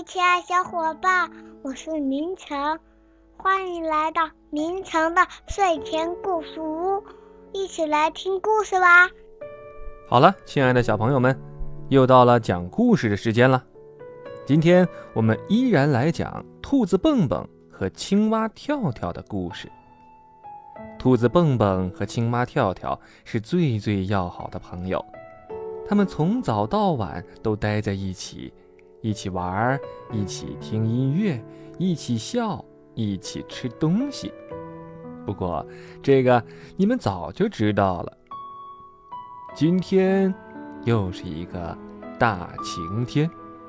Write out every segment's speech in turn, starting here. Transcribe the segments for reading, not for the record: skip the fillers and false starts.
亲爱小伙伴，我是明成，欢迎来到明成的睡前故事屋，一起来听故事吧。 好了，亲爱的小朋友们，又到了讲故事的时间了。今天我们依然来讲兔子蹦蹦和青蛙跳跳的故事。兔子蹦蹦和青蛙跳跳是最要好的朋友，他们从早到晚都待在一起，一起玩，一起听音乐，一起笑，一起吃东西。不过这个你们早就知道了。今天又是一个大晴天。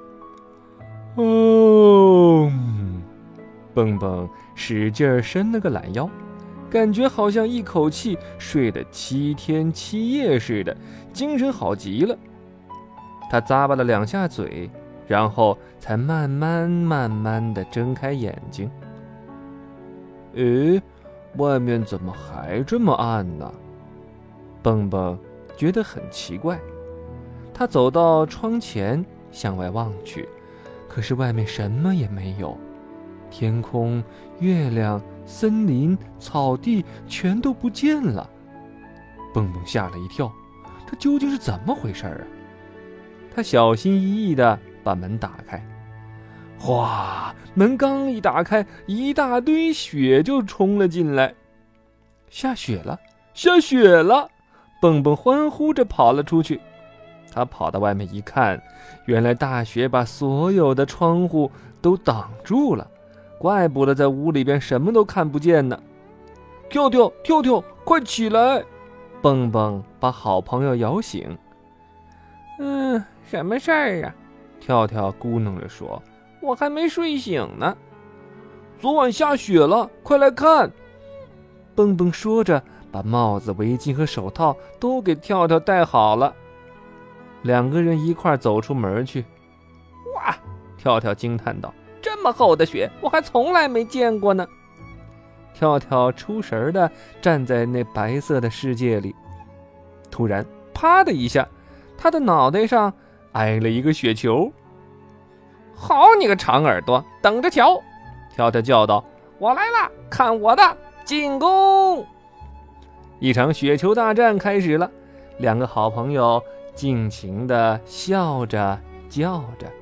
蹦蹦使劲伸了个懒腰，感觉好像一口气睡了7天7夜似的，精神好极了。他咂巴了2下嘴，然后才慢慢地睁开眼睛。外面怎么还这么暗呢？蹦蹦觉得很奇怪。他走到窗前，向外望去，可是外面什么也没有，天空、月亮、森林、草地全都不见了。蹦蹦吓了一跳，这究竟是怎么回事啊？他小心翼翼地把门打开，哗！门刚一打开，一大堆雪就冲了进来。下雪了，下雪了！蹦蹦欢呼着跑了出去。他跑到外面一看，原来大雪把所有的窗户都挡住了，怪不得在屋里边什么都看不见呢。跳跳，快起来！蹦蹦把好朋友摇醒。什么事儿啊？跳跳咕哝着说，我还没睡醒呢。昨晚下雪了，快来看！蹦蹦说着，把帽子、围巾和手套都给跳跳戴好了。2个人一块走出门去。哇！跳跳惊叹道，这么厚的雪，我还从来没见过呢。跳跳出神地站在那白色的世界里，突然啪的一下，他的脑袋上挨了一个雪球。好你个长耳朵，等着瞧！跳跳叫道，我来了，看我的，进攻！一场雪球大战开始了，2个好朋友尽情地笑着叫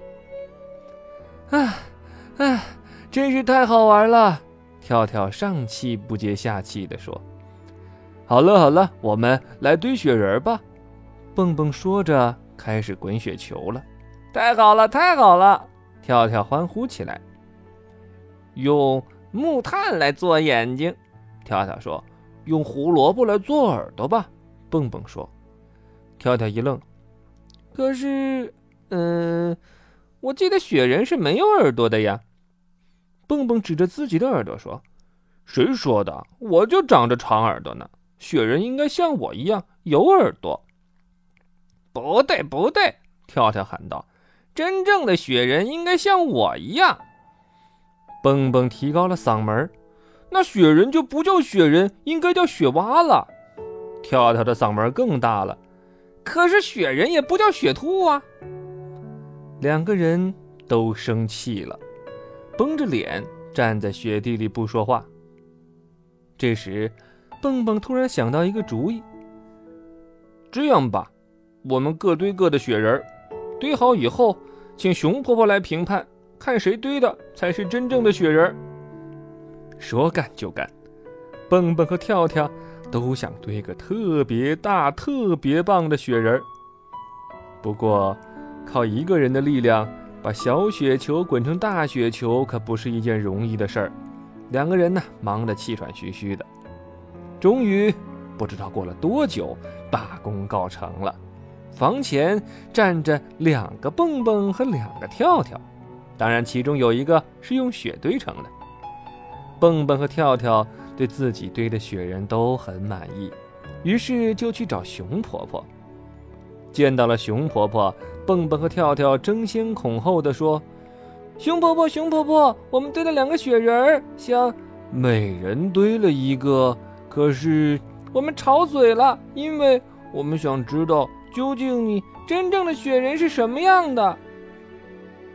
着。真是太好玩了！跳跳上气不接下气地说。好了，我们来堆雪人吧！蹦蹦说着开始滚雪球了。太好了！跳跳欢呼起来。用木炭来做眼睛，跳跳说。用胡萝卜来做耳朵吧，蹦蹦说。跳跳一愣，可是我记得雪人是没有耳朵的呀。蹦蹦指着自己的耳朵说，谁说的？我就长着长耳朵呢，雪人应该像我一样有耳朵。不对，跳跳喊道，真正的雪人应该像我一样。蹦蹦提高了嗓门，那雪人就不叫雪人，应该叫雪蛙了。跳跳的嗓门更大了，可是雪人也不叫雪兔啊。2个人都生气了，绷着脸站在雪地里不说话。这时蹦蹦突然想到一个主意，这样吧，我们各堆各的雪人，堆好以后请熊婆婆来评判，看谁堆的才是真正的雪人。说干就干，蹦蹦和跳跳都想堆个特别大特别棒的雪人。不过靠1个人的力量把小雪球滚成大雪球可不是一件容易的事儿。2个人呢忙得气喘吁吁的。终于不知道过了多久，大功告成了。房前站着2个蹦蹦和2个跳跳，当然其中有一个是用雪堆成的。蹦蹦和跳跳对自己堆的雪人都很满意，于是就去找熊婆婆。见到了熊婆婆，蹦蹦和跳跳争先恐后地说，熊婆婆，我们堆了2个雪人，像每人堆了1个，可是我们吵嘴了，因为我们想知道究竟你真正的雪人是什么样的。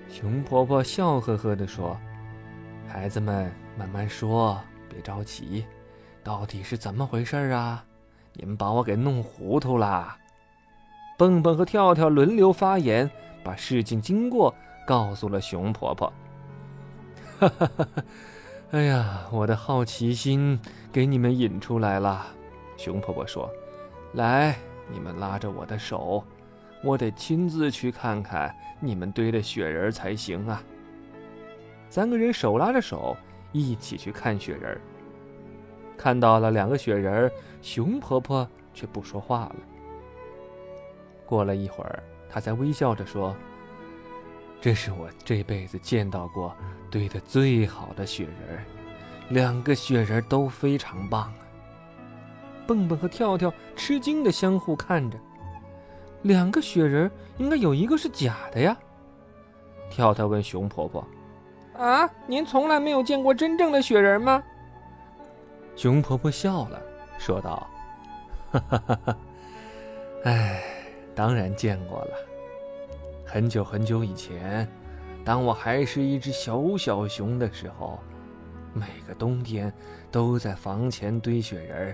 熊婆婆笑呵呵地说：“孩子们慢慢说，别着急，到底是怎么回事啊？你们把我给弄糊涂啦！”蹦蹦和跳跳轮流发言，把事情经过告诉了熊婆婆。哈哈哈哈！哎呀，我的好奇心给你们引出来了。熊婆婆说：“来，你们拉着我的手，我得亲自去看看你们堆的雪人才行啊。”三个人手拉着手，一起去看雪人。看到了2个雪人，熊婆婆却不说话了。过了一会儿，她才微笑着说：“这是我这辈子见到过堆得最好的雪人，2个雪人都非常棒啊。”蹦蹦和跳跳吃惊地相互看着，2个雪人应该有1个是假的呀。跳跳问熊婆婆：“啊，您从来没有见过真正的雪人吗？”熊婆婆笑了，说道：“哈哈哈哈，哎，当然见过了。很久很久以前，当我还是一只小小熊的时候，每个冬天都在房前堆雪人。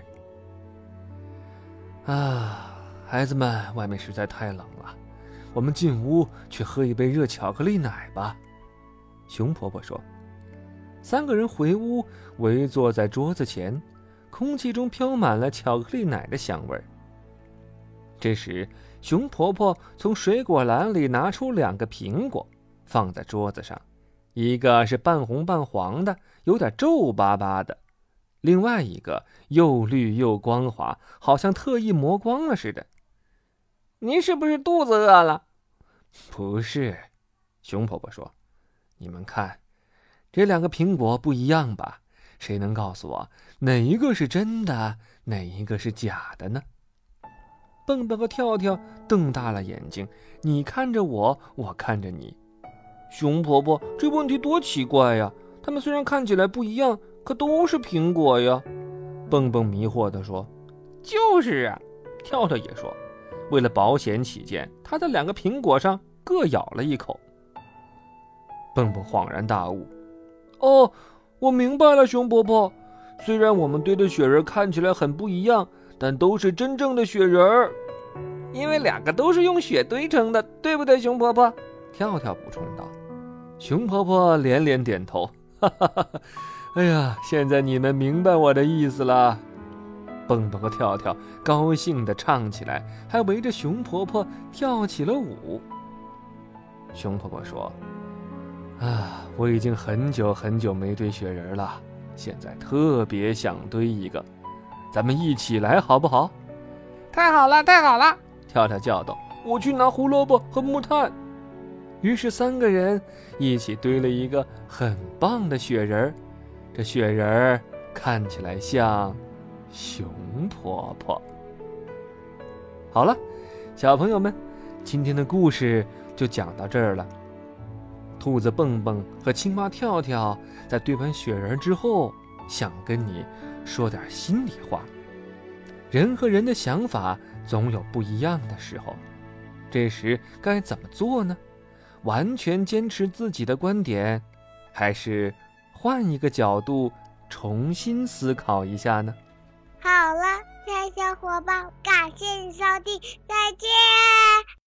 啊，孩子们，外面实在太冷了，我们进屋去喝一杯热巧克力奶吧。”熊婆婆说。3个人回屋，围坐在桌子前，空气中飘满了巧克力奶的香味儿。这时，熊婆婆从水果篮里拿出2个苹果，放在桌子上，一个是半红半黄的，有点皱巴巴的，另外一个又绿又光滑，好像特意磨光了似的。“您是不是肚子饿了？”“不是。”熊婆婆说。“你们看，这2个苹果不一样吧？谁能告诉我哪一个是真的，哪一个是假的呢？”蹦蹦和跳跳瞪大了眼睛，你看着我，我看着你。熊婆婆，这问题多奇怪呀！它们虽然看起来不一样，可都是苹果呀。蹦蹦迷惑地说。就是啊，跳跳也说。为了保险起见，他在2个苹果上各咬了一口。蹦蹦恍然大悟。哦，我明白了，熊婆婆。虽然我们堆的雪人看起来很不一样，但都是真正的雪人儿，因为2个都是用雪堆成的，对不对，熊婆婆？跳跳补充道。熊婆婆连连点头，哈哈哈哈！哎呀，现在你们明白我的意思了。蹦蹦和跳跳高兴地唱起来，还围着熊婆婆跳起了舞。熊婆婆说：“啊，我已经很久很久没堆雪人了，现在特别想堆一个。咱们一起来好不好？”“太好了，太好了！”跳跳叫道。“我去拿胡萝卜和木炭。”于是3个人一起堆了一个很棒的雪人。这雪人看起来像熊婆婆。好了，小朋友们，今天的故事就讲到这儿了。兔子蹦蹦和青蛙跳跳在堆完雪人之后，想跟你说点心里话。人和人的想法总有不一样的时候，这时该怎么做呢？完全坚持自己的观点，还是换一个角度重新思考一下呢？ 好了，亲爱的小伙伴，感谢你收听，再见。